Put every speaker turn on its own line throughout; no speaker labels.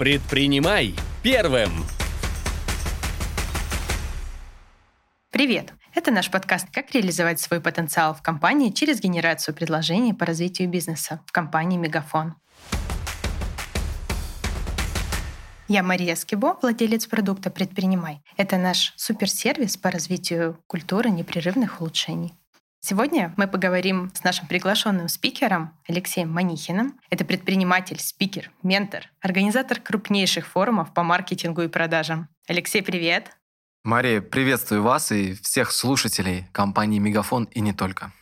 Предпринимай первым!
Привет! Это наш подкаст «Как реализовать свой потенциал в компании через генерацию предложений по развитию бизнеса» в компании «Мегафон». Я Мария Скибо, владелец продукта «Предпринимай». Это наш суперсервис по развитию культуры непрерывных улучшений. Сегодня мы поговорим с нашим приглашенным спикером Алексеем Манихиным. Это предприниматель, спикер, ментор, организатор крупнейших форумов по маркетингу и продажам. Алексей, привет!
Мария, приветствую вас и всех слушателей компании «Мегафон» и не только.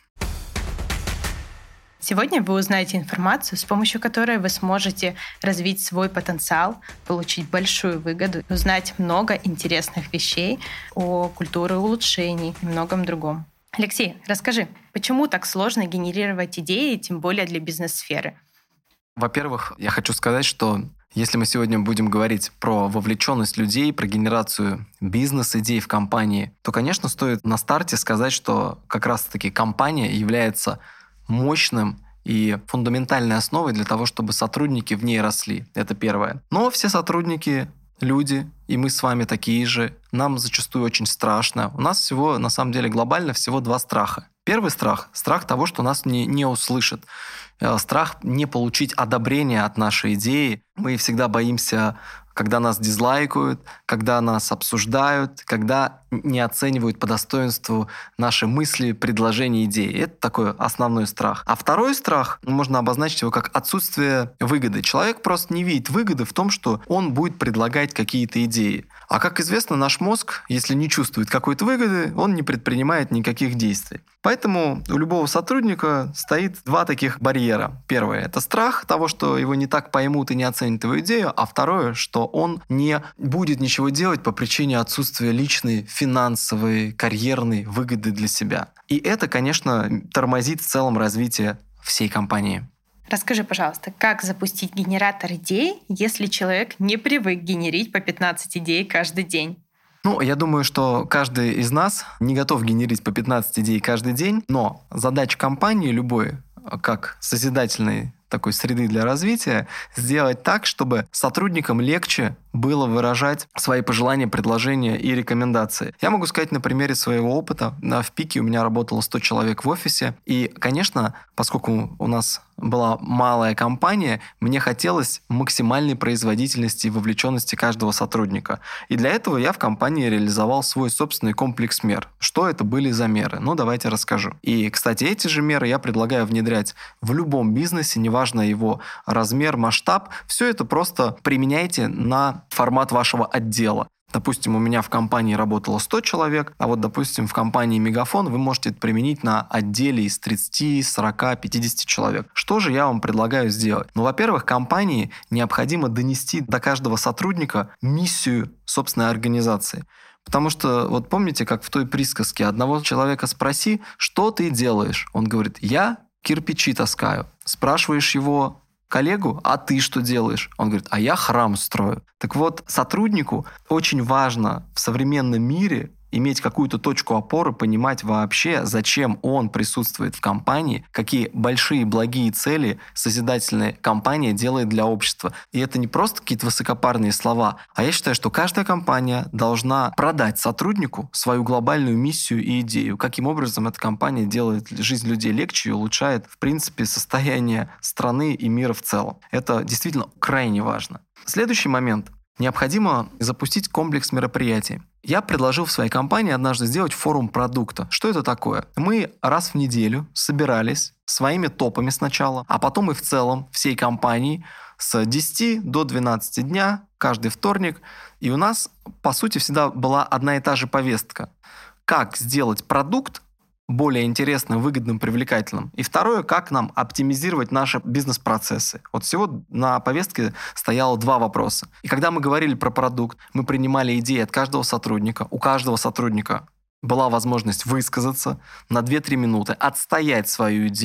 Сегодня вы узнаете информацию, с помощью которой вы сможете развить свой потенциал, получить большую выгоду, узнать много интересных вещей о культуре улучшений и многом другом. Алексей, расскажи, почему так сложно генерировать идеи, тем более для бизнес-сферы?
Во-первых, я хочу сказать, что если мы сегодня будем говорить про вовлеченность людей, про генерацию бизнес-идей в компании, то, конечно, стоит на старте сказать, что как раз-таки компания является мощным и фундаментальной основой для того, чтобы сотрудники в ней росли. Это первое. Но все сотрудники люди, и мы с вами такие же. Нам зачастую очень страшно. У нас всего, на самом деле, глобально всего два страха. Первый страх – страх того, что нас не услышат. Страх не получить одобрение от нашей идеи. Мы всегда боимся, когда нас дизлайкают, когда нас обсуждают, когда не оценивают по достоинству наши мысли, предложения, идеи. Это такой основной страх. А второй страх, можно обозначить его как отсутствие выгоды. Человек просто не видит выгоды в том, что он будет предлагать какие-то идеи. А как известно, наш мозг, если не чувствует какой-то выгоды, он не предпринимает никаких действий. Поэтому у любого сотрудника стоит два таких барьера. Первое – это страх того, что его не так поймут и не оценят его идею, а второе, что он не будет ничего делать по причине отсутствия личной, финансовой, карьерной выгоды для себя. И это, конечно, тормозит в целом развитие всей компании.
Расскажи, пожалуйста, как запустить генератор идей, если человек не привык генерить по 15 идей каждый день?
Я думаю, что каждый из нас не готов генерить по 15 идей каждый день, но задача компании любой, как созидательной такой среды для развития, сделать так, чтобы сотрудникам легче было выражать свои пожелания, предложения и рекомендации. Я могу сказать на примере своего опыта. В пике у меня работало 100 человек в офисе. И, конечно, поскольку у нас была малая компания, мне хотелось максимальной производительности и вовлеченности каждого сотрудника. И для этого я в компании реализовал свой собственный комплекс мер. Что это были за меры? Давайте расскажу. И, кстати, эти же меры я предлагаю внедрять в любом бизнесе, неважно его размер, масштаб. Все это просто применяйте на формат вашего отдела. Допустим, у меня в компании работало 100 человек, а вот, допустим, в компании «Мегафон» вы можете это применить на отделе из 30, 40, 50 человек. Что же я вам предлагаю сделать? Во-первых, компании необходимо донести до каждого сотрудника миссию собственной организации. Потому что, помните, как в той присказке, одного человека спроси, что ты делаешь? Он говорит, я кирпичи таскаю. Спрашиваешь его коллегу, а ты что делаешь? Он говорит, а я храм строю. Так вот, сотруднику очень важно в современном мире иметь какую-то точку опоры, понимать вообще, зачем он присутствует в компании, какие большие благие цели созидательная компания делает для общества. И это не просто какие-то высокопарные слова, а я считаю, что каждая компания должна продать сотруднику свою глобальную миссию и идею. Каким образом эта компания делает жизнь людей легче и улучшает, в принципе, состояние страны и мира в целом. Это действительно крайне важно. Следующий момент. Необходимо запустить комплекс мероприятий. Я предложил в своей компании однажды сделать форум продукта. Что это такое? Мы раз в неделю собирались своими топами сначала, а потом и в целом всей компании с 10 до 12 дня, каждый вторник. И у нас, по сути, всегда была одна и та же повестка. Как сделать продукт более интересным, выгодным, привлекательным. И второе, как нам оптимизировать наши бизнес-процессы. Всего на повестке стояло два вопроса. И когда мы говорили про продукт, мы принимали идеи от каждого сотрудника. У каждого сотрудника была возможность высказаться на 2-3 минуты, отстоять свою идею.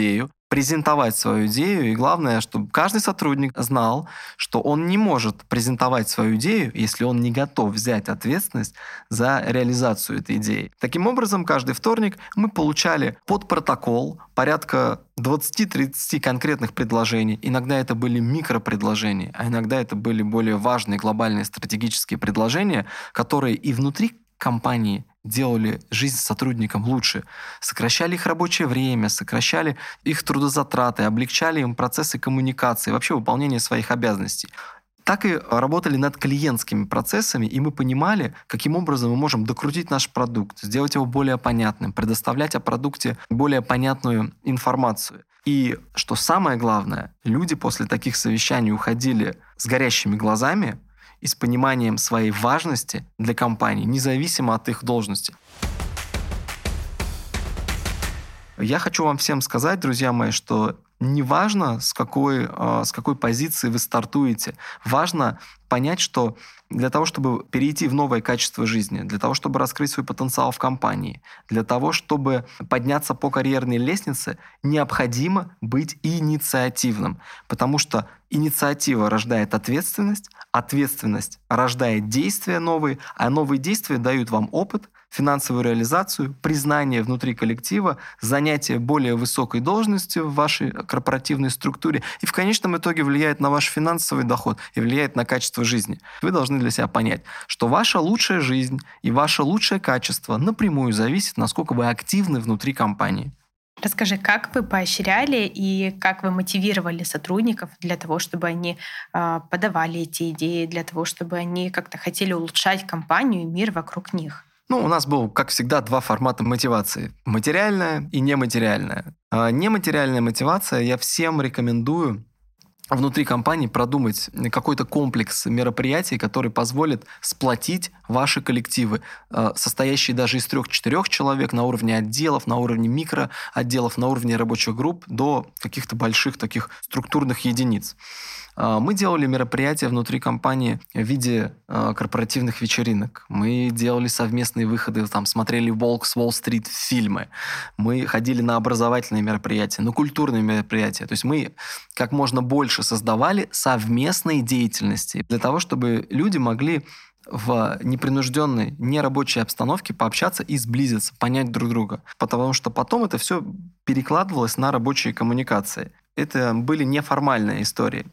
презентовать свою идею, и главное, чтобы каждый сотрудник знал, что он не может презентовать свою идею, если он не готов взять ответственность за реализацию этой идеи. Таким образом, каждый вторник мы получали под протокол порядка 20-30 конкретных предложений. Иногда это были микропредложения, а иногда это были более важные глобальные стратегические предложения, которые и внутри компании делали жизнь сотрудникам лучше, сокращали их рабочее время, сокращали их трудозатраты, облегчали им процессы коммуникации, вообще выполнения своих обязанностей. Так и работали над клиентскими процессами, и мы понимали, каким образом мы можем докрутить наш продукт, сделать его более понятным, предоставлять о продукте более понятную информацию. И, что самое главное, люди после таких совещаний уходили с горящими глазами и с пониманием своей важности для компании, независимо от их должности. Я хочу вам всем сказать, друзья мои, что неважно, с какой позиции вы стартуете, важно понять, что для того, чтобы перейти в новое качество жизни, для того, чтобы раскрыть свой потенциал в компании, для того, чтобы подняться по карьерной лестнице, необходимо быть инициативным, потому что инициатива рождает ответственность, ответственность рождает действия новые, а новые действия дают вам опыт, финансовую реализацию, признание внутри коллектива, занятие более высокой должности в вашей корпоративной структуре и в конечном итоге влияет на ваш финансовый доход и влияет на качество жизни. Вы должны для себя понять, что ваша лучшая жизнь и ваше лучшее качество напрямую зависит, насколько вы активны внутри компании.
Расскажи, как вы поощряли и как вы мотивировали сотрудников для того, чтобы они подавали эти идеи, для того, чтобы они как-то хотели улучшать компанию и мир вокруг них?
У нас был, как всегда, два формата мотивации. Материальная и нематериальная. Нематериальная мотивация я всем рекомендую внутри компании продумать какой-то комплекс мероприятий, который позволит сплотить ваши коллективы, состоящие даже из 3-4 человек на уровне отделов, на уровне микроотделов, на уровне рабочих групп до каких-то больших таких структурных единиц. Мы делали мероприятия внутри компании в виде корпоративных вечеринок. Мы делали совместные выходы, смотрели «Волк с Уолл-стрит» фильмы. Мы ходили на образовательные мероприятия, на культурные мероприятия. То есть мы как можно больше создавали совместные деятельности для того, чтобы люди могли в непринужденной, нерабочей обстановке пообщаться и сблизиться, понять друг друга. Потому что потом это все перекладывалось на рабочие коммуникации. Это были неформальные истории.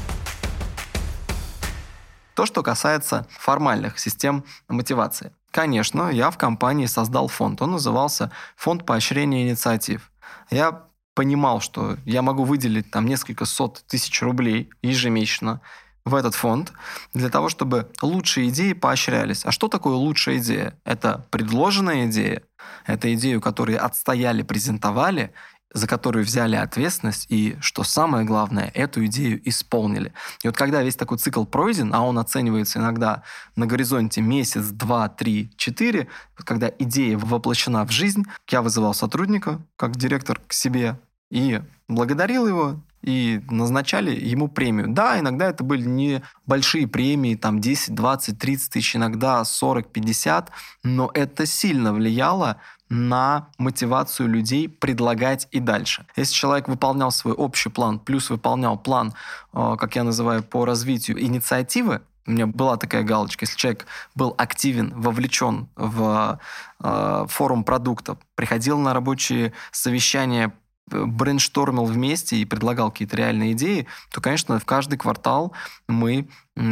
То, что касается формальных систем мотивации. Конечно, я в компании создал фонд. Он назывался «Фонд поощрения инициатив». Я понимал, что я могу выделить несколько сот тысяч рублей ежемесячно в этот фонд для того, чтобы лучшие идеи поощрялись. А что такое лучшая идея? Это предложенная идея. Это идею, которую отстояли, презентовали, за которую взяли ответственность и, что самое главное, эту идею исполнили. И вот когда весь такой цикл пройден, а он оценивается иногда на горизонте месяц, 2, 3, 4, когда идея воплощена в жизнь, я вызывал сотрудника, как директор, к себе и благодарил его, и назначали ему премию. Да, иногда это были небольшие премии, 10, 20, 30 тысяч, иногда 40, 50, но это сильно влияло на мотивацию людей предлагать и дальше. Если человек выполнял свой общий план, плюс выполнял план, как я называю, по развитию инициативы, у меня была такая галочка, если человек был активен, вовлечен в форум продукта, приходил на рабочие совещания, брейнштормил вместе и предлагал какие-то реальные идеи, то, конечно, в каждый квартал мы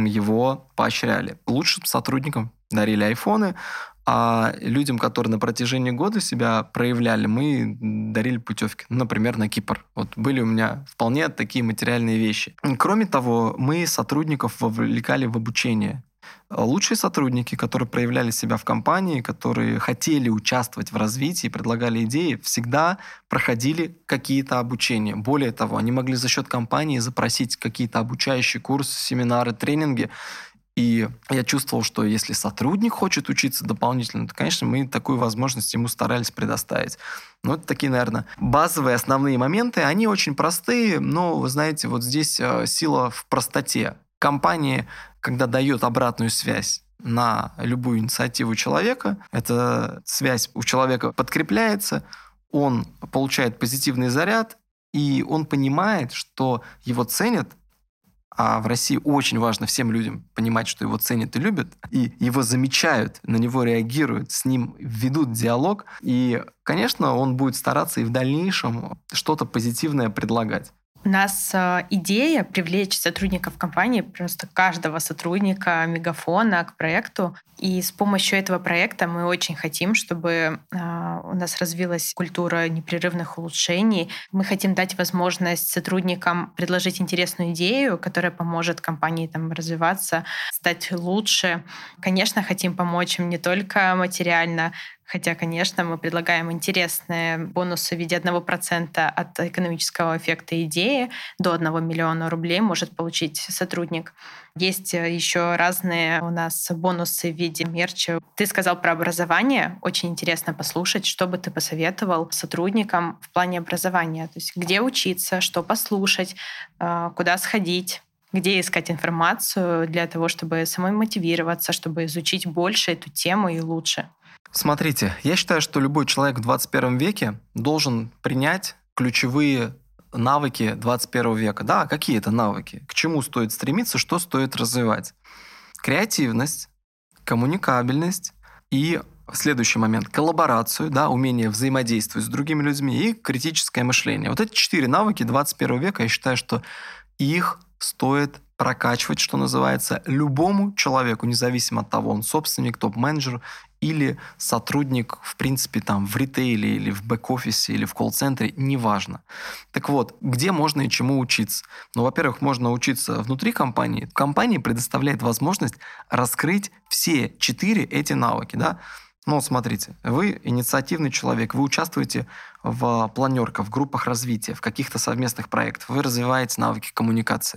его поощряли. Лучшим сотрудникам дарили айфоны, а людям, которые на протяжении года себя проявляли, мы дарили путевки, например, на Кипр. Вот были у меня вполне такие материальные вещи. Кроме того, мы сотрудников вовлекали в обучение. Лучшие сотрудники, которые проявляли себя в компании, которые хотели участвовать в развитии, предлагали идеи, всегда проходили какие-то обучения. Более того, они могли за счет компании запросить какие-то обучающие курсы, семинары, тренинги. И я чувствовал, что если сотрудник хочет учиться дополнительно, то, конечно, мы такую возможность ему старались предоставить. Это такие, наверное, базовые основные моменты. Они очень простые, но, вы знаете, вот здесь сила в простоте. Компания, когда дает обратную связь на любую инициативу человека, эта связь у человека подкрепляется, он получает позитивный заряд, и он понимает, что его ценят, а в России очень важно всем людям понимать, что его ценят и любят, и его замечают, на него реагируют, с ним ведут диалог, и, конечно, он будет стараться и в дальнейшем что-то позитивное предлагать.
У нас идея привлечь сотрудников компании, просто каждого сотрудника Мегафона к проекту. И с помощью этого проекта мы очень хотим, чтобы у нас развилась культура непрерывных улучшений. Мы хотим дать возможность сотрудникам предложить интересную идею, которая поможет компании развиваться, стать лучше. Конечно, хотим помочь им не только материально, хотя, конечно, мы предлагаем интересные бонусы в виде 1% от экономического эффекта идеи. До 1 миллиона рублей может получить сотрудник. Есть еще разные у нас бонусы в виде мерча. Ты сказал про образование. Очень интересно послушать, что бы ты посоветовал сотрудникам в плане образования. То есть где учиться, что послушать, куда сходить, где искать информацию для того, чтобы самой мотивироваться, чтобы изучить больше эту тему и лучше.
Смотрите, я считаю, что любой человек в 21 веке должен принять ключевые навыки 21 века. Да, какие это навыки? К чему стоит стремиться, что стоит развивать? Креативность, коммуникабельность и следующий момент — коллаборацию, да, умение взаимодействовать с другими людьми и критическое мышление. Вот эти 4 навыки 21 века, я считаю, что их стоит прокачивать, что называется, любому человеку, независимо от того, он собственник, топ-менеджер или сотрудник, в принципе, в ритейле или в бэк-офисе или в колл-центре, неважно. Так вот, где можно и чему учиться? Во-первых, можно учиться внутри компании. Компания предоставляет возможность раскрыть все 4 эти навыки, да? Смотрите, вы инициативный человек, вы участвуете в планерках, в группах развития, в каких-то совместных проектах, вы развиваете навыки коммуникации.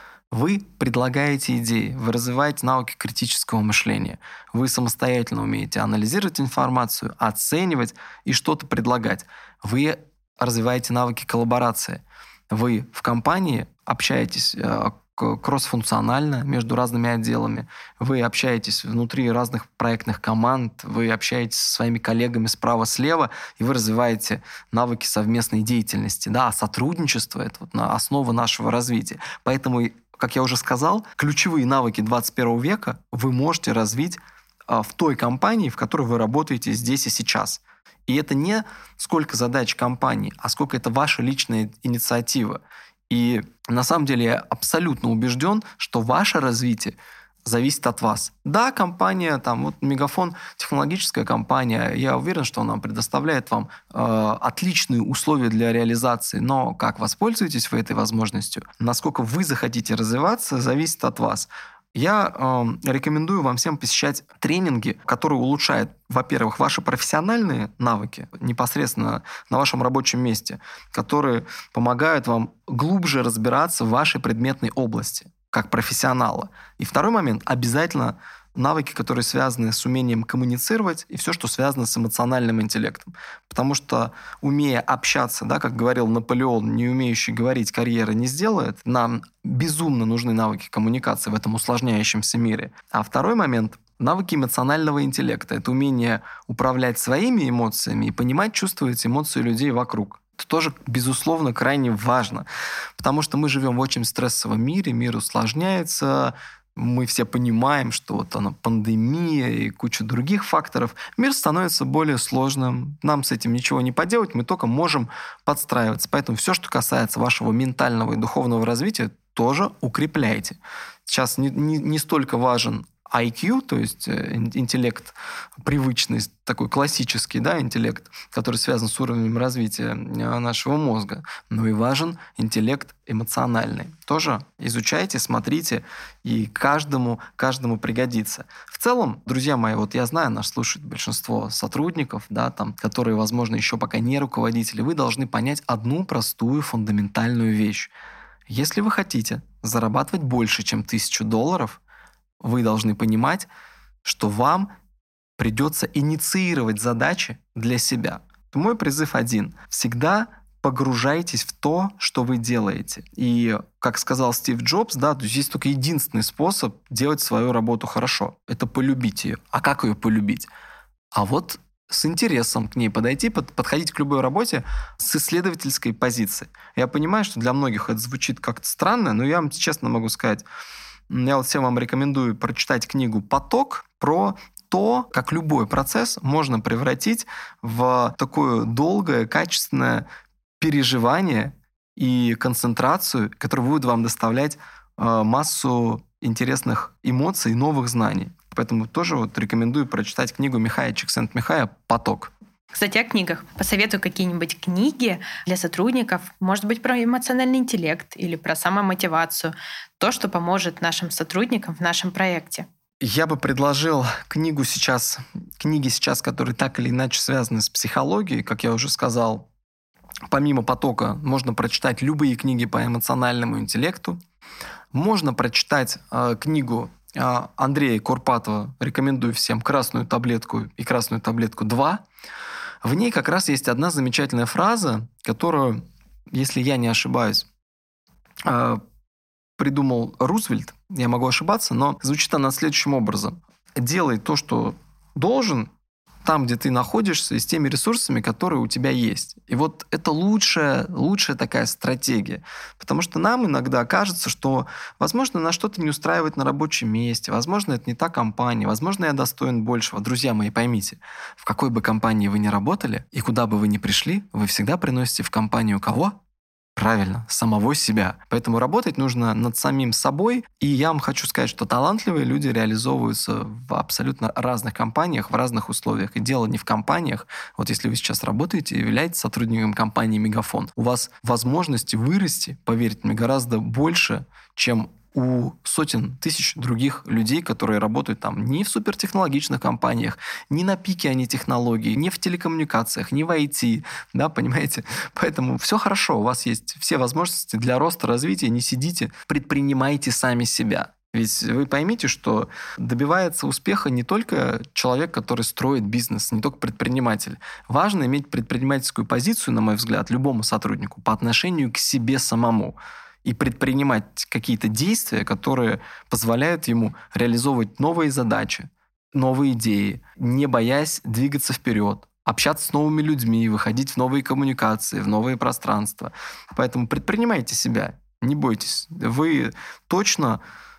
Вы предлагаете идеи, вы развиваете навыки критического мышления. Вы самостоятельно умеете анализировать информацию, оценивать и что-то предлагать. Вы развиваете навыки коллаборации. Вы в компании общаетесь кроссфункционально между разными отделами. Вы общаетесь внутри разных проектных команд, вы общаетесь со своими коллегами справа-слева, и вы развиваете навыки совместной деятельности. Да, сотрудничество — это основа нашего развития. Поэтому, как я уже сказал, ключевые навыки 21 века вы можете развить в той компании, в которой вы работаете здесь и сейчас. И это не сколько задач компании, а сколько это ваша личная инициатива. И на самом деле я абсолютно убежден, что ваше развитие зависит от вас. Да, компания, Мегафон, технологическая компания, я уверен, что она предоставляет вам отличные условия для реализации, но как воспользуетесь вы этой возможностью, насколько вы захотите развиваться, зависит от вас. Я рекомендую вам всем посещать тренинги, которые улучшают, во-первых, ваши профессиональные навыки непосредственно на вашем рабочем месте, которые помогают вам глубже разбираться в вашей предметной области, как профессионала. И второй момент — обязательно навыки, которые связаны с умением коммуницировать и все, что связано с эмоциональным интеллектом. Потому что, умея общаться, да, как говорил Наполеон, не умеющий говорить карьеры не сделает, нам безумно нужны навыки коммуникации в этом усложняющемся мире. А второй момент — навыки эмоционального интеллекта. Это умение управлять своими эмоциями и понимать, чувствовать эмоции людей вокруг. Это тоже, безусловно, крайне важно, потому что мы живем в очень стрессовом мире, мир усложняется, мы все понимаем, что пандемия и куча других факторов. Мир становится более сложным. Нам с этим ничего не поделать, мы только можем подстраиваться. Поэтому все, что касается вашего ментального и духовного развития, тоже укрепляйте. Сейчас не столько важен IQ, то есть интеллект привычный, такой классический, да, интеллект, который связан с уровнем развития нашего мозга, но и важен интеллект эмоциональный. Тоже изучайте, смотрите, и каждому пригодится. В целом, друзья мои, я знаю, нас слушает большинство сотрудников, да, которые, возможно, еще пока не руководители, вы должны понять одну простую фундаментальную вещь. Если вы хотите зарабатывать больше, чем $1000, вы должны понимать, что вам придется инициировать задачи для себя. Мой призыв один. Всегда погружайтесь в то, что вы делаете. И, как сказал Стив Джобс, да, здесь только единственный способ делать свою работу хорошо. Это полюбить ее. А как ее полюбить? А с интересом к ней подойти, подходить к любой работе с исследовательской позиции. Я понимаю, что для многих это звучит как-то странно, но я вам честно могу сказать, я вот всем вам рекомендую прочитать книгу «Поток» про то, как любой процесс можно превратить в такое долгое, качественное переживание и концентрацию, которая будет вам доставлять массу интересных эмоций и новых знаний. Поэтому тоже вот рекомендую прочитать книгу Михая Чиксент-Михая «Поток».
Кстати, о книгах. Посоветую какие-нибудь книги для сотрудников, может быть, про эмоциональный интеллект или про самомотивацию. То, что поможет нашим сотрудникам в нашем проекте.
Я бы предложил книги сейчас, которые так или иначе связаны с психологией, как я уже сказал. Помимо «Потока» можно прочитать любые книги по эмоциональному интеллекту. Можно прочитать книгу Андрея Курпатова, рекомендую всем, «Красную таблетку» и «Красную таблетку 2». В ней как раз есть одна замечательная фраза, которую, если я не ошибаюсь, придумал Рузвельт. Я могу ошибаться, но звучит она следующим образом. Делай то, что должен, там, где ты находишься, и с теми ресурсами, которые у тебя есть. И вот это лучшая такая стратегия. Потому что нам иногда кажется, что, возможно, нас что-то не устраивает на рабочем месте, возможно, это не та компания, возможно, я достоин большего. Друзья мои, поймите, в какой бы компании вы ни работали и куда бы вы ни пришли, вы всегда приносите в компанию кого? Правильно, самого себя. Поэтому работать нужно над самим собой. И я вам хочу сказать, что талантливые люди реализовываются в абсолютно разных компаниях, в разных условиях. И дело не в компаниях. Вот если вы сейчас работаете и являетесь сотрудником компании «Мегафон», у вас возможности вырасти, поверьте мне, гораздо больше, чем у сотен тысяч других людей, которые работают там не в супертехнологичных компаниях, не на пике они технологий, не в телекоммуникациях, не в IT, да, понимаете? Поэтому все хорошо, у вас есть все возможности для роста, развития, не сидите, предпринимайте сами себя. Ведь вы поймите, что добивается успеха не только человек, который строит бизнес, не только предприниматель. Важно иметь предпринимательскую позицию, на мой взгляд, любому сотруднику по отношению к себе самому. И предпринимать какие-то действия, которые позволяют ему реализовывать новые задачи, новые идеи, не боясь двигаться вперед, общаться с новыми людьми, выходить в новые коммуникации, в новые пространства. Поэтому предпринимайте себя, не бойтесь. Вы точно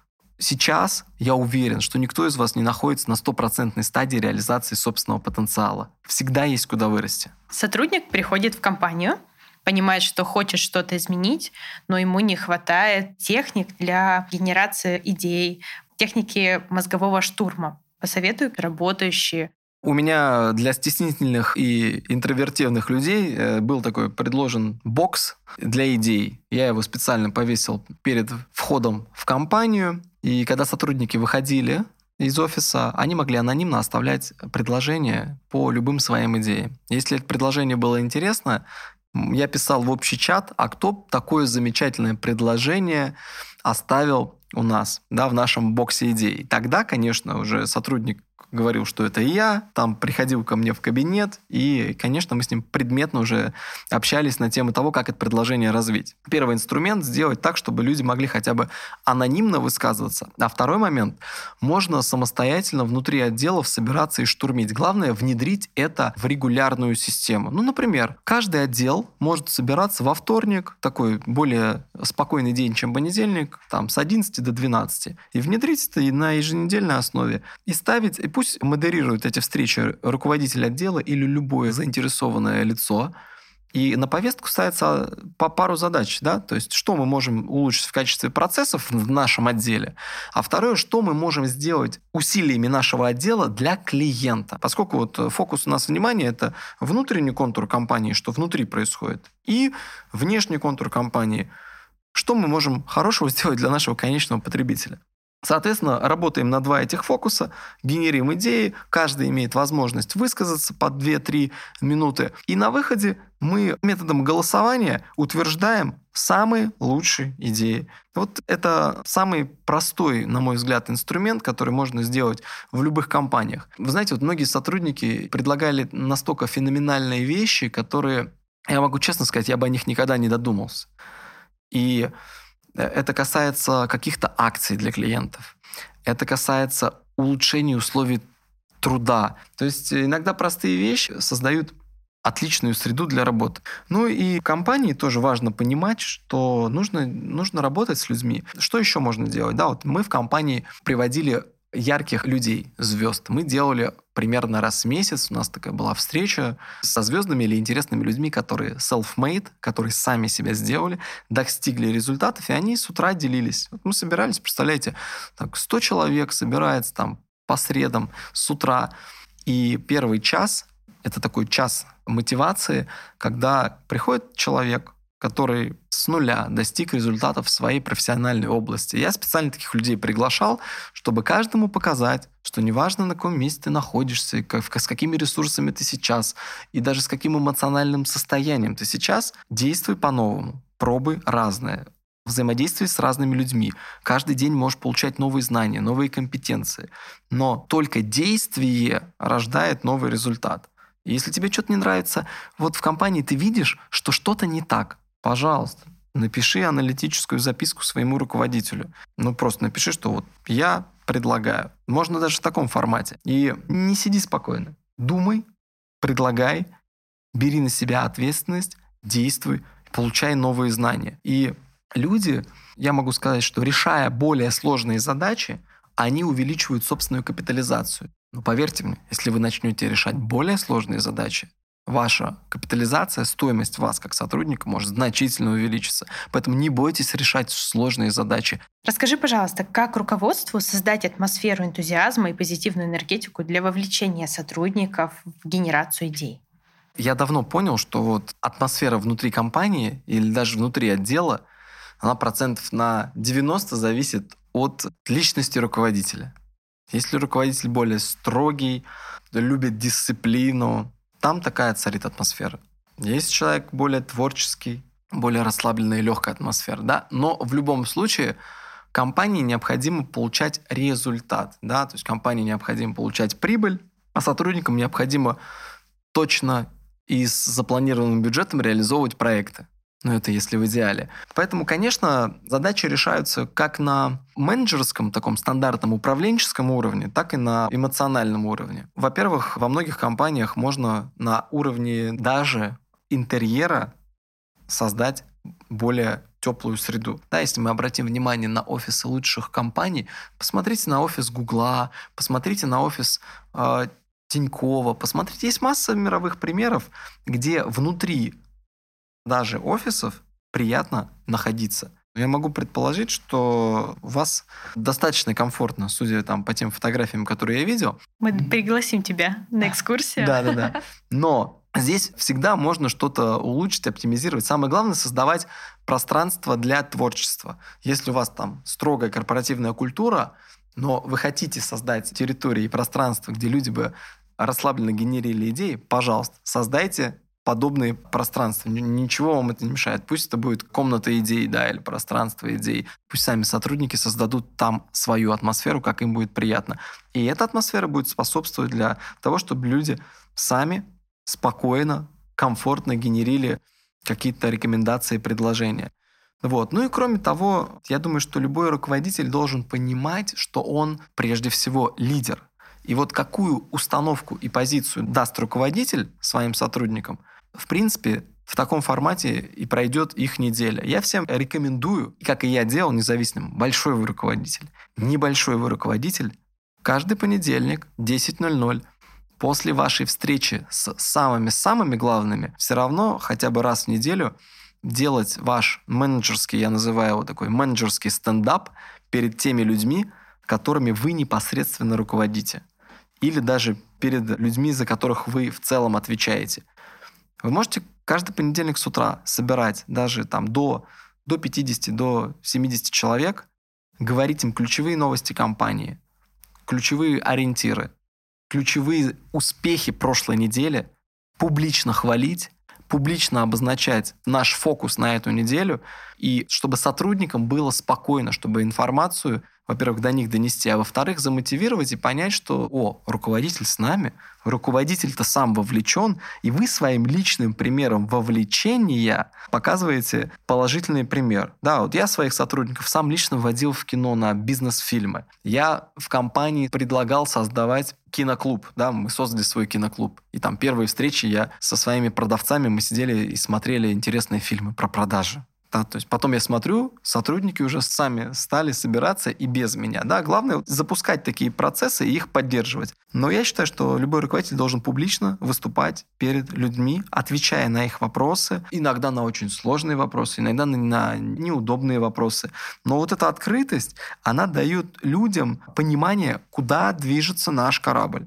сейчас, я уверен, что никто из вас не находится на 100% стадии реализации собственного потенциала. Всегда есть куда вырасти.
Сотрудник приходит в компанию, понимает, что хочет что-то изменить, но ему не хватает техник для генерации идей, техники мозгового штурма. Посоветую работающие.
У меня для стеснительных и интровертивных людей был такой предложен бокс для идей. Я его специально повесил перед входом в компанию. И когда сотрудники выходили из офиса, они могли анонимно оставлять предложения по любым своим идеям. Если это предложение было интересно, я писал в общий чат, а кто такое замечательное предложение оставил у нас, да, в нашем боксе идей. Тогда, конечно, уже сотрудник говорил, что это я, там приходил ко мне в кабинет, и, конечно, мы с ним предметно уже общались на тему того, как это предложение развить. Первый инструмент — сделать так, чтобы люди могли хотя бы анонимно высказываться. А второй момент — можно самостоятельно внутри отделов собираться и штурмить. Главное — внедрить это в регулярную систему. Ну, например, каждый отдел может собираться во вторник, такой более спокойный день, чем понедельник, там, с 11 до 12, и внедрить это на еженедельной основе, и ставить, и пусть модерирует эти встречи руководитель отдела или любое заинтересованное лицо, и на повестку ставится по пару задач, да, то есть что мы можем улучшить в качестве процессов в нашем отделе, а второе, что мы можем сделать усилиями нашего отдела для клиента. Поскольку вот фокус у нас внимания — это внутренний контур компании, что внутри происходит, и внешний контур компании, что мы можем хорошего сделать для нашего конечного потребителя. Соответственно, работаем на два этих фокуса, генерим идеи, каждый имеет возможность высказаться по 2-3 минуты. И на выходе мы методом голосования утверждаем самые лучшие идеи. Вот это самый простой, на мой взгляд, инструмент, который можно сделать в любых компаниях. Вы знаете, вот многие сотрудники предлагали настолько феноменальные вещи, которые, я могу честно сказать, я бы о них никогда не додумался. И это касается каких-то акций для клиентов. Это касается улучшения условий труда. То есть иногда простые вещи создают отличную среду для работы. Ну и компании тоже важно понимать, что нужно работать с людьми. Что еще можно делать? Да, вот мы в компании приводили ярких людей, звезд. Мы делали примерно раз в месяц. У нас такая была встреча со звездами или интересными людьми, которые self-made, которые сами себя сделали, достигли результатов, и они с утра делились. Вот мы собирались, представляете, так, 100 человек собирается там по средам с утра. И первый час — это такой час мотивации, когда приходит человек, который с нуля достиг результатов в своей профессиональной области. Я специально таких людей приглашал, чтобы каждому показать, что неважно, на каком месте ты находишься, с какими ресурсами ты сейчас, и даже с каким эмоциональным состоянием ты сейчас, действуй по-новому, пробуй разное, взаимодействуй с разными людьми. Каждый день можешь получать новые знания, новые компетенции. Но только действие рождает новый результат. И если тебе что-то не нравится, вот в компании ты видишь, что что-то не так, пожалуйста, напиши аналитическую записку своему руководителю. Ну, просто напиши, что вот я предлагаю. Можно даже в таком формате. И не сиди спокойно. Думай, предлагай, бери на себя ответственность, действуй, получай новые знания. И люди, я могу сказать, что решая более сложные задачи, они увеличивают собственную капитализацию. Но поверьте мне, если вы начнете решать более сложные задачи, ваша капитализация, стоимость вас как сотрудника может значительно увеличиться. Поэтому не бойтесь решать сложные задачи.
Расскажи, пожалуйста, как руководству создать атмосферу энтузиазма и позитивную энергетику для вовлечения сотрудников в генерацию идей?
Я давно понял, что вот атмосфера внутри компании или даже внутри отдела, она процентов на 90 зависит от личности руководителя. Если руководитель более строгий, любит дисциплину, там такая царит атмосфера. Если человек более творческий, более расслабленная и легкая атмосфера, да, но в любом случае компании необходимо получать результат, да, то есть компании необходимо получать прибыль, а сотрудникам необходимо точно и с запланированным бюджетом реализовывать проекты. Ну, это если в идеале. Поэтому, конечно, задачи решаются как на менеджерском, таком стандартном управленческом уровне, так и на эмоциональном уровне. Во-первых, во многих компаниях можно на уровне даже интерьера создать более теплую среду. Да, если мы обратим внимание на офисы лучших компаний, посмотрите на офис Гугла, посмотрите на офис Тинькова, посмотрите, есть масса мировых примеров, где внутри даже офисов приятно находиться. Я могу предположить, что у вас достаточно комфортно, судя там по тем фотографиям, которые я видел.
Мы пригласим тебя на экскурсию.
Да. Но здесь всегда можно что-то улучшить, оптимизировать. Самое главное — создавать пространство для творчества. Если у вас там строгая корпоративная культура, но вы хотите создать территории и пространство, где люди бы расслабленно генерили идеи, пожалуйста, создайте подобные пространства. Ничего вам это не мешает. Пусть это будет комната идей, да, или пространство идей. Пусть сами сотрудники создадут там свою атмосферу, как им будет приятно. И эта атмосфера будет способствовать для того, чтобы люди сами спокойно, комфортно генерили какие-то рекомендации, предложения. Вот. Ну и кроме того, я думаю, что любой руководитель должен понимать, что он прежде всего лидер. И вот какую установку и позицию даст руководитель своим сотрудникам, в принципе, в таком формате и пройдет их неделя. Я всем рекомендую, как и я делал независимым, большой вы руководитель, небольшой вы руководитель, каждый понедельник 10:00 после вашей встречи с самыми главными, все равно хотя бы раз в неделю делать ваш менеджерский, я называю его такой менеджерский стендап перед теми людьми, которыми вы непосредственно руководите. Или даже перед людьми, за которых вы в целом отвечаете. Вы можете каждый понедельник с утра собирать даже там до 50, до 70 человек, говорить им ключевые новости компании, ключевые ориентиры, ключевые успехи прошлой недели, публично хвалить, публично обозначать наш фокус на эту неделю, и чтобы сотрудникам было спокойно, чтобы информацию во-первых, до них донести, а во-вторых, замотивировать и понять, что, руководитель с нами, руководитель-то сам вовлечен, и вы своим личным примером вовлечения показываете положительный пример. Да, вот я своих сотрудников сам лично водил в кино на бизнес-фильмы. Я в компании предлагал создавать киноклуб, да, мы создали свой киноклуб. И там первые встречи я со своими продавцами, мы сидели и смотрели интересные фильмы про продажи. Да, то есть потом я смотрю, сотрудники уже сами стали собираться и без меня. Да, главное запускать такие процессы и их поддерживать. Но я считаю, что любой руководитель должен публично выступать перед людьми, отвечая на их вопросы, иногда на очень сложные вопросы, иногда на неудобные вопросы. Но вот эта открытость, она дает людям понимание, куда движется наш корабль.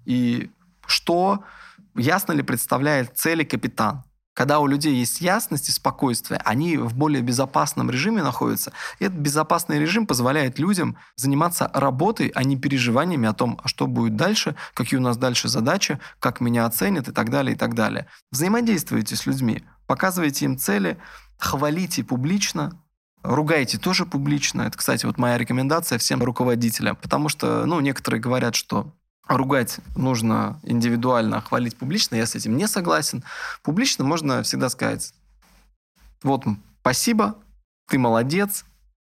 И что ясно ли представляет цели капитан. Когда у людей есть ясность и спокойствие, они в более безопасном режиме находятся. И этот безопасный режим позволяет людям заниматься работой, а не переживаниями о том, а что будет дальше, какие у нас дальше задачи, как меня оценят и так далее, и так далее. Взаимодействуйте с людьми, показывайте им цели, хвалите публично, ругайте тоже публично. Это, кстати, вот моя рекомендация всем руководителям. Потому что, некоторые говорят, что ругать нужно индивидуально, а хвалить публично. Я с этим не согласен. Публично можно всегда сказать: вот, спасибо, ты молодец,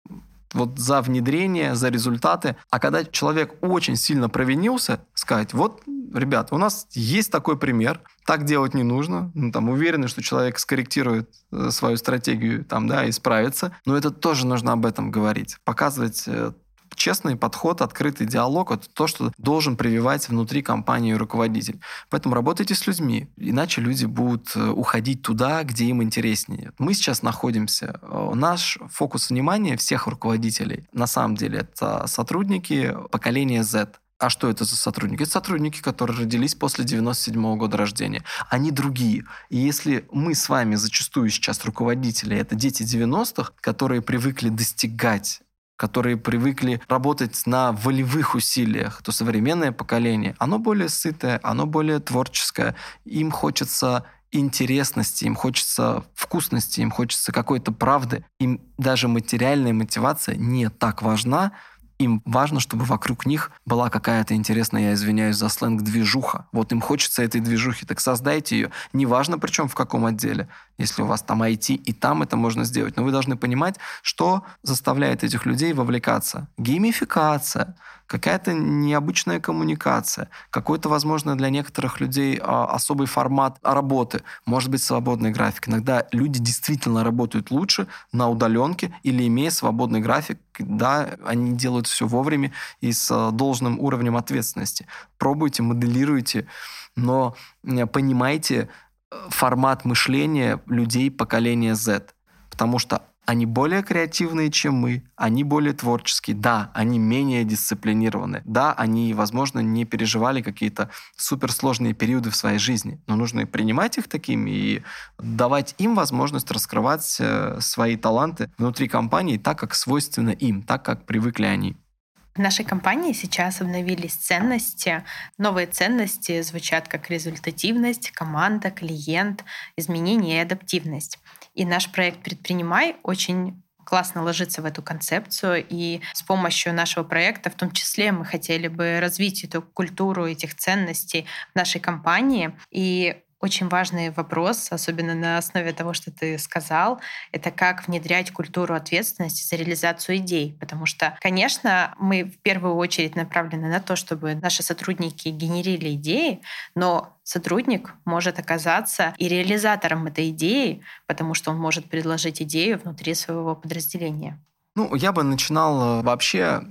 вот за внедрение, за результаты. А когда человек очень сильно провинился, сказать: вот, ребят, у нас есть такой пример, так делать не нужно. Уверены, что человек скорректирует свою стратегию и справится. Но это тоже нужно об этом говорить. Показывать честный подход, открытый диалог – это то, что должен прививать внутри компании руководитель. Поэтому работайте с людьми, иначе люди будут уходить туда, где им интереснее. Мы сейчас находимся, наш фокус внимания всех руководителей, на самом деле, это сотрудники поколения Z. А что это за сотрудники? Это сотрудники, которые родились после 97 года рождения. Они другие. И если мы с вами зачастую сейчас руководители, это дети 90-х, которые привыкли достигать, которые привыкли работать на волевых усилиях, то современное поколение, оно более сытое, оно более творческое. Им хочется интересности, им хочется вкусности, им хочется какой-то правды. Им даже материальная мотивация не так важна. Им важно, чтобы вокруг них была какая-то интересная, я извиняюсь за сленг, движуха. Вот им хочется этой движухи, так создайте ее. Неважно, причем в каком отделе. Если у вас там IT, и там это можно сделать. Но вы должны понимать, что заставляет этих людей вовлекаться. Геймификация, какая-то необычная коммуникация, какой-то, возможно, для некоторых людей особый формат работы, может быть, свободный график. Иногда люди действительно работают лучше на удаленке или имея свободный график, да, они делают все вовремя и с должным уровнем ответственности. Пробуйте, моделируйте, но понимайте формат мышления людей поколения Z, потому что они более креативные, чем мы, они более творческие, да, они менее дисциплинированы, да, они, возможно, не переживали какие-то суперсложные периоды в своей жизни, но нужно принимать их такими и давать им возможность раскрывать свои таланты внутри компании так, как свойственно им, так, как привыкли они.
В нашей компании сейчас обновились ценности. Новые ценности звучат как результативность, команда, клиент, изменение и адаптивность. И наш проект «Предпринимай» очень классно ложится в эту концепцию. И с помощью нашего проекта, в том числе, мы хотели бы развить эту культуру этих ценностей в нашей компании. И очень важный вопрос, особенно на основе того, что ты сказал, это как внедрять культуру ответственности за реализацию идей. Потому что, конечно, мы в первую очередь направлены на то, чтобы наши сотрудники генерили идеи, но сотрудник может оказаться и реализатором этой идеи, потому что он может предложить идею внутри своего подразделения.
Я бы начинал вообще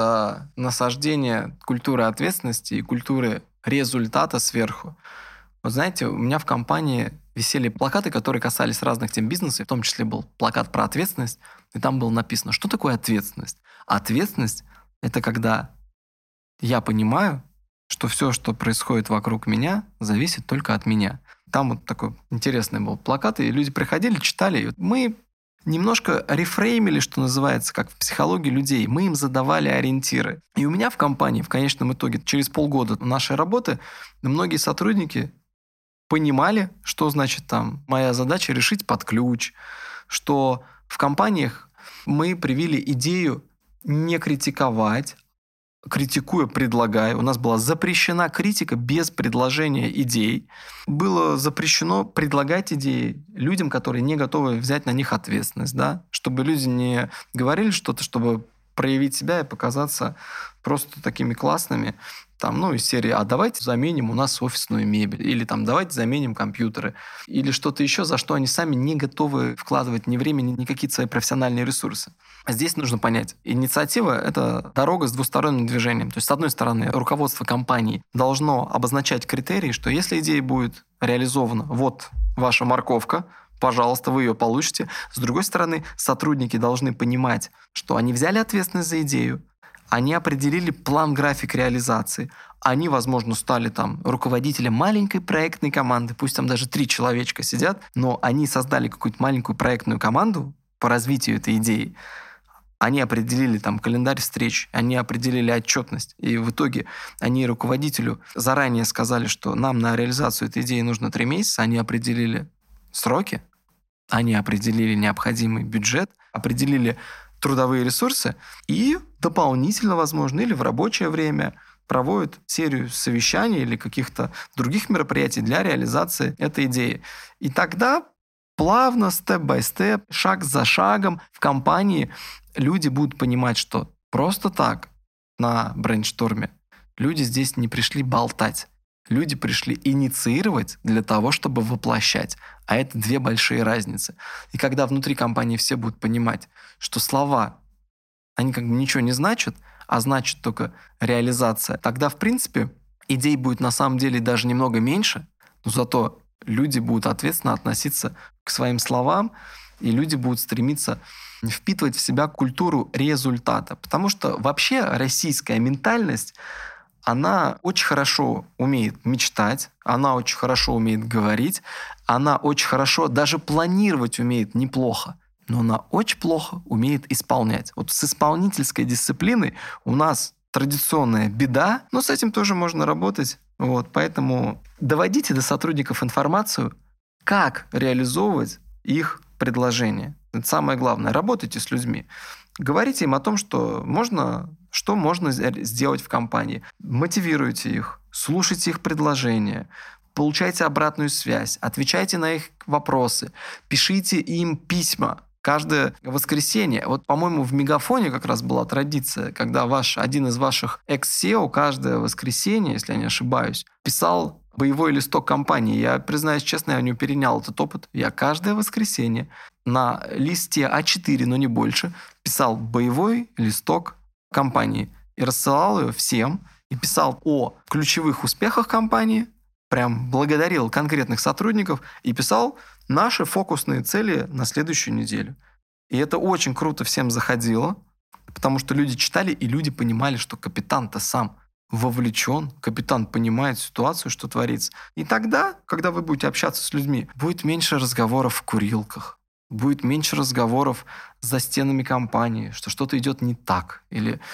с насаждения культуры ответственности и культуры результата сверху. Вот знаете, у меня в компании висели плакаты, которые касались разных тем бизнеса, в том числе был плакат про ответственность, и там было написано, что такое ответственность. Ответственность – это когда я понимаю, что все, что происходит вокруг меня, зависит только от меня. Там вот такой интересный был плакат, и люди приходили, читали, и мы немножко рефреймили, что называется, как в психологии людей. Мы им задавали ориентиры. И у меня в компании, в конечном итоге, через полгода нашей работы, многие сотрудники понимали, что значит там моя задача решить под ключ, что в компаниях мы привили идею не критиковать, критикуя, предлагая. У нас была запрещена критика без предложения идей. Было запрещено предлагать идеи людям, которые не готовы взять на них ответственность, да? Чтобы люди не говорили что-то, чтобы проявить себя и показаться просто такими классными. Из серии «А давайте заменим у нас офисную мебель», или «Давайте заменим компьютеры», или что-то еще, за что они сами не готовы вкладывать ни время, ни какие-то свои профессиональные ресурсы. Здесь нужно понять, инициатива – это дорога с двусторонним движением. То есть, с одной стороны, руководство компании должно обозначать критерии, что если идея будет реализована, вот ваша морковка, пожалуйста, вы ее получите. С другой стороны, сотрудники должны понимать, что они взяли ответственность за идею, они определили план-график реализации, они, возможно, стали руководителем маленькой проектной команды, пусть там даже 3 человечка сидят, но они создали какую-то маленькую проектную команду по развитию этой идеи. Они определили календарь встреч, они определили отчетность. И в итоге они руководителю заранее сказали, что нам на реализацию этой идеи нужно 3 месяца. Они определили сроки, они определили необходимый бюджет, определили трудовые ресурсы и дополнительно, возможно, или в рабочее время проводят серию совещаний или каких-то других мероприятий для реализации этой идеи. И тогда плавно, степ-бай-степ, шаг за шагом в компании люди будут понимать, что просто так на брейншторме люди здесь не пришли болтать. Люди пришли инициировать для того, чтобы воплощать. А это 2 большие разницы. И когда внутри компании все будут понимать, что слова, они ничего не значат, а значит только реализация, тогда, в принципе, идей будет на самом деле даже немного меньше, но зато люди будут ответственно относиться к своим словам, и люди будут стремиться впитывать в себя культуру результата. Потому что вообще российская ментальность, она очень хорошо умеет мечтать, она очень хорошо умеет говорить, она очень хорошо даже планировать умеет неплохо, но она очень плохо умеет исполнять. Вот с исполнительской дисциплиной у нас традиционная беда, но с этим тоже можно работать. Поэтому доводите до сотрудников информацию, как реализовывать их предложения. Это самое главное. Работайте с людьми. Говорите им о том, что можно сделать в компании. Мотивируйте их, слушайте их предложения, получайте обратную связь, отвечайте на их вопросы, пишите им письма. Каждое воскресенье, по-моему, в Мегафоне как раз была традиция, когда один из ваших экс-SEO каждое воскресенье, если я не ошибаюсь, писал боевой листок компании. Я, признаюсь честно, я у него перенял этот опыт. Я каждое воскресенье на листе А4, но не больше, писал боевой листок компании и рассылал ее всем, и писал о ключевых успехах компании, прям благодарил конкретных сотрудников и писал наши фокусные цели на следующую неделю. И это очень круто всем заходило, потому что люди читали, и люди понимали, что капитан-то сам вовлечен, капитан понимает ситуацию, что творится. И тогда, когда вы будете общаться с людьми, будет меньше разговоров в курилках, будет меньше разговоров за стенами компании, что что-то идет не так.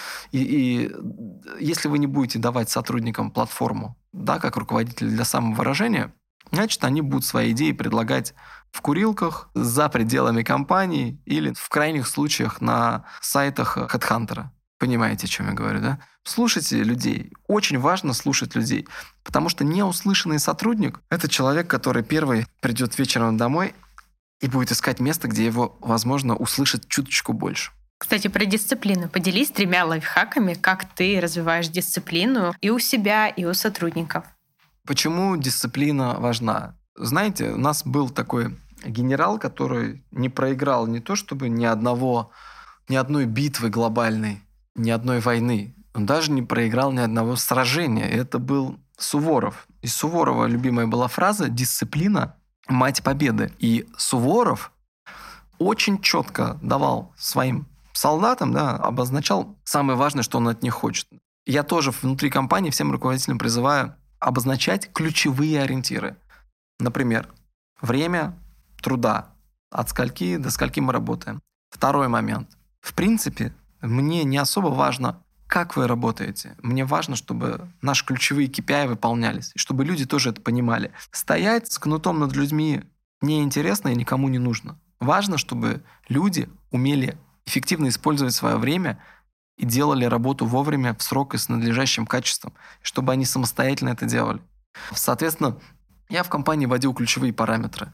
И если вы не будете давать сотрудникам платформу, как руководитель для самовыражения, значит, они будут свои идеи предлагать в курилках, за пределами компании или в крайних случаях на сайтах HeadHunter. Понимаете, о чем я говорю, да? Слушайте людей. Очень важно слушать людей. Потому что неуслышанный сотрудник – это человек, который первый придет вечером домой и будет искать место, где его, возможно, услышат чуточку больше.
Кстати, про дисциплину. Поделись 3 лайфхаками, как ты развиваешь дисциплину и у себя, и у сотрудников.
Почему дисциплина важна? Знаете, у нас был такой генерал, который не проиграл не то чтобы ни одной битвы глобальной, ни одной войны. Он даже не проиграл ни одного сражения. Это был Суворов. И Суворова любимая была фраза «дисциплина – мать победы». И Суворов очень четко давал своим солдатам, обозначал самое важное, что он от них хочет. Я тоже внутри компании всем руководителям призываю обозначать ключевые ориентиры. Например, время труда. От скольки до скольки мы работаем. Второй момент. В принципе, мне не особо важно, как вы работаете. Мне важно, чтобы наши ключевые KPI выполнялись, и чтобы люди тоже это понимали. Стоять с кнутом над людьми неинтересно и никому не нужно. Важно, чтобы люди умели эффективно использовать свое время и делали работу вовремя, в срок и с надлежащим качеством, чтобы они самостоятельно это делали. Соответственно, я в компании вводил ключевые параметры.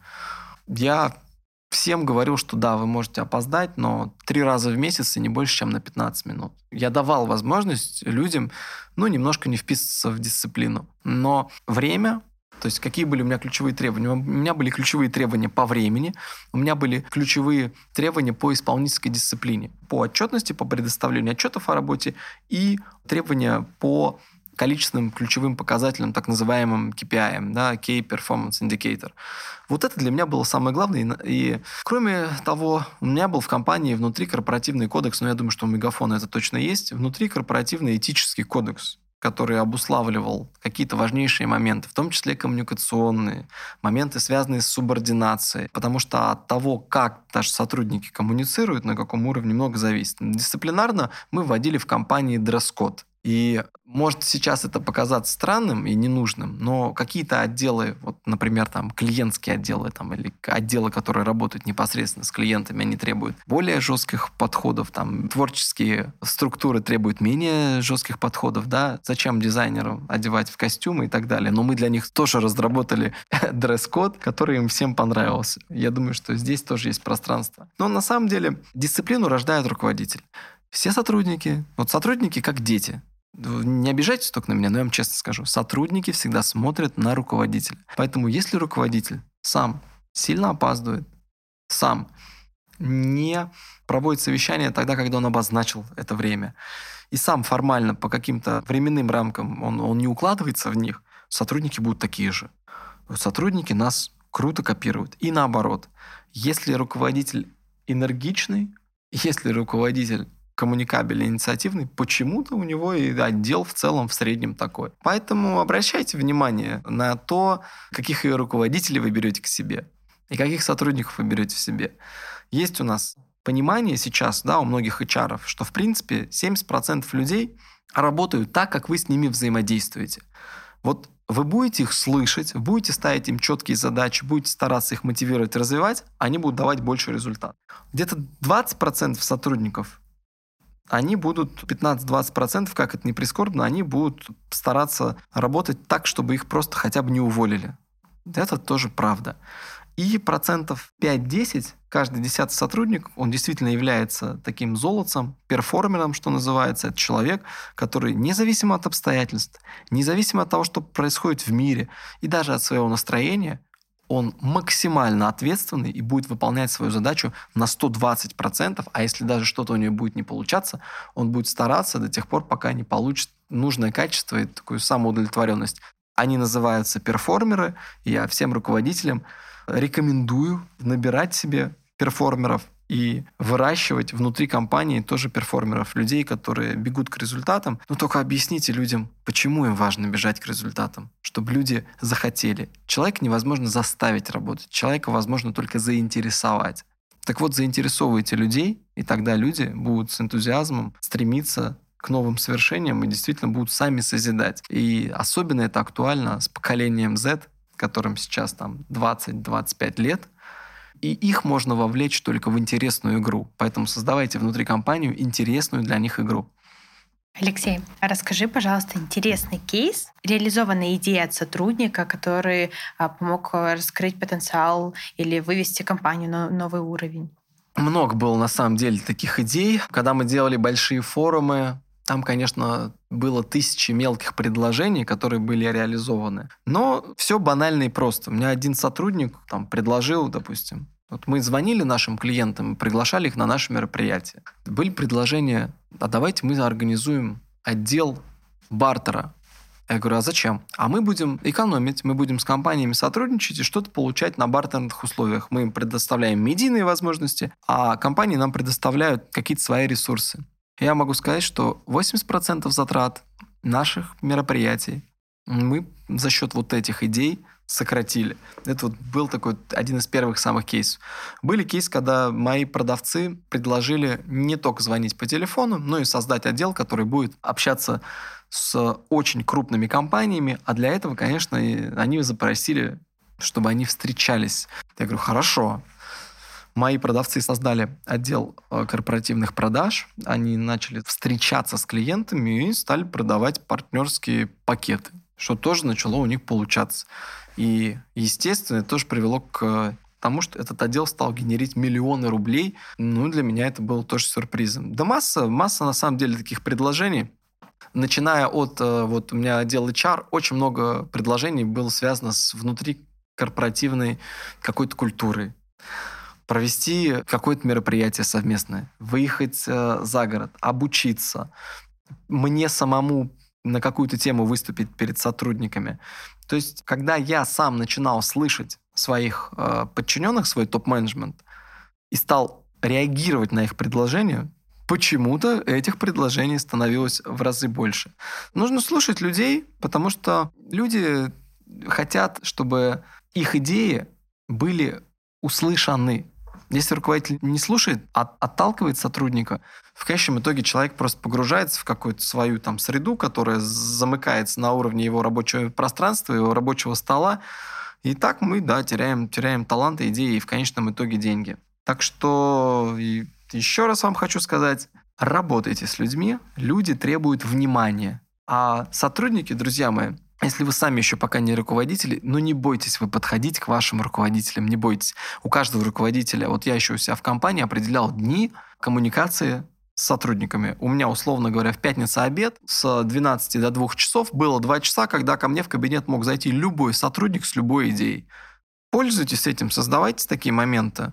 Я всем говорил, что да, вы можете опоздать, но 3 раза в месяц и не больше, чем на 15 минут. Я давал возможность людям, немножко не вписываться в дисциплину. Но время, то есть какие были у меня ключевые требования? У меня были ключевые требования по времени, у меня были ключевые требования по исполнительской дисциплине, по отчетности, по предоставлению отчетов о работе и требования по количественным ключевым показателям, так называемым KPI, да, Key Performance Indicator. Вот это для меня было самое главное. И кроме того, у меня был в компании внутрикорпоративный кодекс, но я думаю, что у Мегафона это точно есть, внутрикорпоративный этический кодекс, который обуславливал какие-то важнейшие моменты, в том числе коммуникационные, моменты, связанные с субординацией. Потому что от того, как даже сотрудники коммуницируют, на каком уровне, много зависит. Дисциплинарно мы вводили в компании дресс-код. И может сейчас это показаться странным и ненужным, но какие-то отделы, вот, например, там, клиентские отделы или отделы, которые работают непосредственно с клиентами, они требуют более жестких подходов, творческие структуры требуют менее жестких подходов, да, зачем дизайнерам одевать в костюмы и так далее. Но мы для них тоже разработали дресс-код, который им всем понравился. Я думаю, что здесь тоже есть пространство. Но на самом деле дисциплину рождает руководитель. Все сотрудники как дети. Не обижайтесь только на меня, но я вам честно скажу. Сотрудники всегда смотрят на руководителя. Поэтому если руководитель сам сильно опаздывает, сам не проводит совещание тогда, когда он обозначил это время, и сам формально по каким-то временным рамкам он не укладывается в них, сотрудники будут такие же. Сотрудники нас круто копируют. И наоборот. Если руководитель энергичный, если руководитель коммуникабельный, инициативный, почему-то у него и отдел в целом в среднем такой. Поэтому обращайте внимание на то, каких руководителей вы берете к себе и каких сотрудников вы берете в себе. Есть у нас понимание сейчас, у многих HR, что в принципе 70% людей работают так, как вы с ними взаимодействуете. Вот вы будете их слышать, будете ставить им четкие задачи, будете стараться их мотивировать, развивать, они будут давать больше результат. Где-то 20% сотрудников они будут 15-20%, как это ни прискорбно, они будут стараться работать так, чтобы их просто хотя бы не уволили. Это тоже правда. И 5-10%, каждый 10-й сотрудник, он действительно является таким золотцем, перформером, что называется. Это человек, который независимо от обстоятельств, независимо от того, что происходит в мире, и даже от своего настроения, он максимально ответственный и будет выполнять свою задачу на 120%, а если даже что-то у него будет не получаться, он будет стараться до тех пор, пока не получит нужное качество и такую самоудовлетворенность. Они называются перформеры, и я всем руководителям рекомендую набирать себе перформеров и выращивать внутри компании тоже перформеров, людей, которые бегут к результатам. Но только объясните людям, почему им важно бежать к результатам, чтобы люди захотели. Человека невозможно заставить работать, человека возможно только заинтересовать. Так вот, заинтересовывайте людей, и тогда люди будут с энтузиазмом стремиться к новым свершениям и действительно будут сами созидать. И особенно это актуально с поколением Z, которым сейчас 20-25 лет, и их можно вовлечь только в интересную игру. Поэтому создавайте внутри компанию интересную для них игру.
Алексей, расскажи, пожалуйста, интересный кейс, реализованная идея от сотрудника, который помог раскрыть потенциал или вывести компанию на новый уровень.
Много было, на самом деле, таких идей. Когда мы делали большие форумы, там, конечно, было 1000 мелких предложений, которые были реализованы. Но все банально и просто. У меня один сотрудник предложил, допустим, мы звонили нашим клиентам, приглашали их на наши мероприятия. Были предложения, давайте мы организуем отдел бартера. Я говорю, а зачем? А мы будем экономить, мы будем с компаниями сотрудничать и что-то получать на бартерных условиях. Мы им предоставляем медийные возможности, а компании нам предоставляют какие-то свои ресурсы. Я могу сказать, что 80% затрат наших мероприятий мы за счет этих идей сократили. Это был такой один из первых самых кейсов. Были кейсы, когда мои продавцы предложили не только звонить по телефону, но и создать отдел, который будет общаться с очень крупными компаниями, а для этого, конечно, они запросили, чтобы они встречались. Я говорю, хорошо. Мои продавцы создали отдел корпоративных продаж. Они начали встречаться с клиентами и стали продавать партнерские пакеты, что тоже начало у них получаться. И, естественно, это тоже привело к тому, что этот отдел стал генерить миллионы рублей. Для меня это было тоже сюрпризом. Да масса на самом деле таких предложений. Начиная от, у меня отдел HR, очень много предложений было связано с внутрикорпоративной какой-то культурой. Провести какое-то мероприятие совместное, выехать за город, обучиться, мне самому на какую-то тему выступить перед сотрудниками. То есть, когда я сам начинал слышать своих подчиненных, свой топ-менеджмент, и стал реагировать на их предложения, почему-то этих предложений становилось в разы больше. Нужно слушать людей, потому что люди хотят, чтобы их идеи были услышаны. Если руководитель не слушает, отталкивает сотрудника, в конечном итоге человек просто погружается в какую-то свою среду, которая замыкается на уровне его рабочего пространства, его рабочего стола. И так мы, теряем таланты, идеи и в конечном итоге деньги. Так что еще раз вам хочу сказать, работайте с людьми, люди требуют внимания. А сотрудники, друзья мои, если вы сами еще пока не руководители, не бойтесь вы подходить к вашим руководителям, не бойтесь. У каждого руководителя, я еще у себя в компании определял дни коммуникации с сотрудниками. У меня, условно говоря, в пятницу обед с 12 до 2 часов было 2 часа, когда ко мне в кабинет мог зайти любой сотрудник с любой идеей. Пользуйтесь этим, создавайте такие моменты.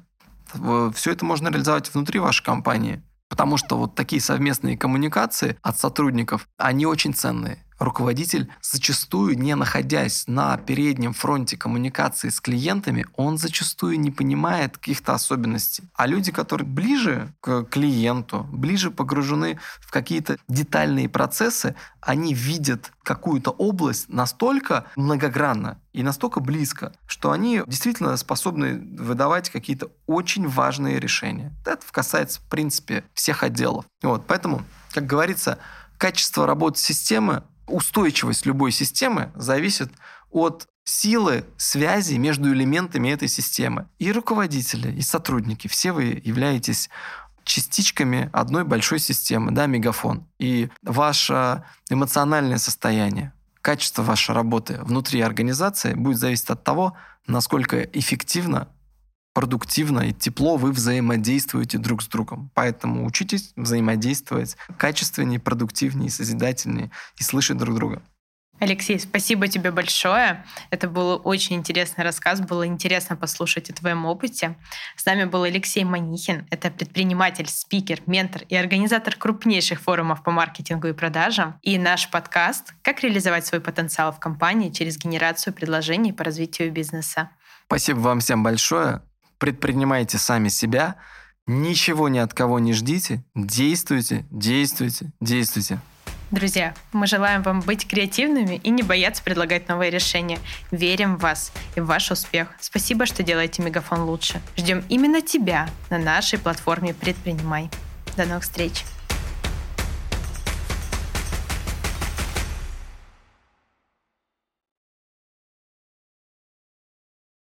Все это можно реализовать внутри вашей компании. Потому что такие совместные коммуникации от сотрудников, они очень ценные. Руководитель, зачастую не находясь на переднем фронте коммуникации с клиентами, он зачастую не понимает каких-то особенностей. А люди, которые ближе к клиенту, ближе погружены в какие-то детальные процессы, они видят какую-то область настолько многогранно и настолько близко, что они действительно способны выдавать какие-то очень важные решения. Это касается, в принципе, всех отделов. Поэтому, как говорится, качество работы системы, устойчивость любой системы зависит от силы связи между элементами этой системы. И руководители, и сотрудники, все вы являетесь частичками одной большой системы, мегафон. И ваше эмоциональное состояние, качество вашей работы внутри организации будет зависеть от того, насколько эффективно, продуктивно и тепло вы взаимодействуете друг с другом. Поэтому учитесь взаимодействовать качественнее, продуктивнее, созидательнее и слышать друг друга.
Алексей, спасибо тебе большое. Это был очень интересный рассказ. Было интересно послушать о твоем опыте. С нами был Алексей Манихин. Это предприниматель, спикер, ментор и организатор крупнейших форумов по маркетингу и продажам. И наш подкаст «Как реализовать свой потенциал в компании через генерацию предложений по развитию бизнеса».
Спасибо вам всем большое. Предпринимайте сами себя. Ничего ни от кого не ждите. Действуйте, действуйте, действуйте.
Друзья, мы желаем вам быть креативными и не бояться предлагать новые решения. Верим в вас и в ваш успех. Спасибо, что делаете Мегафон лучше. Ждем именно тебя на нашей платформе «Предпринимай». До новых встреч!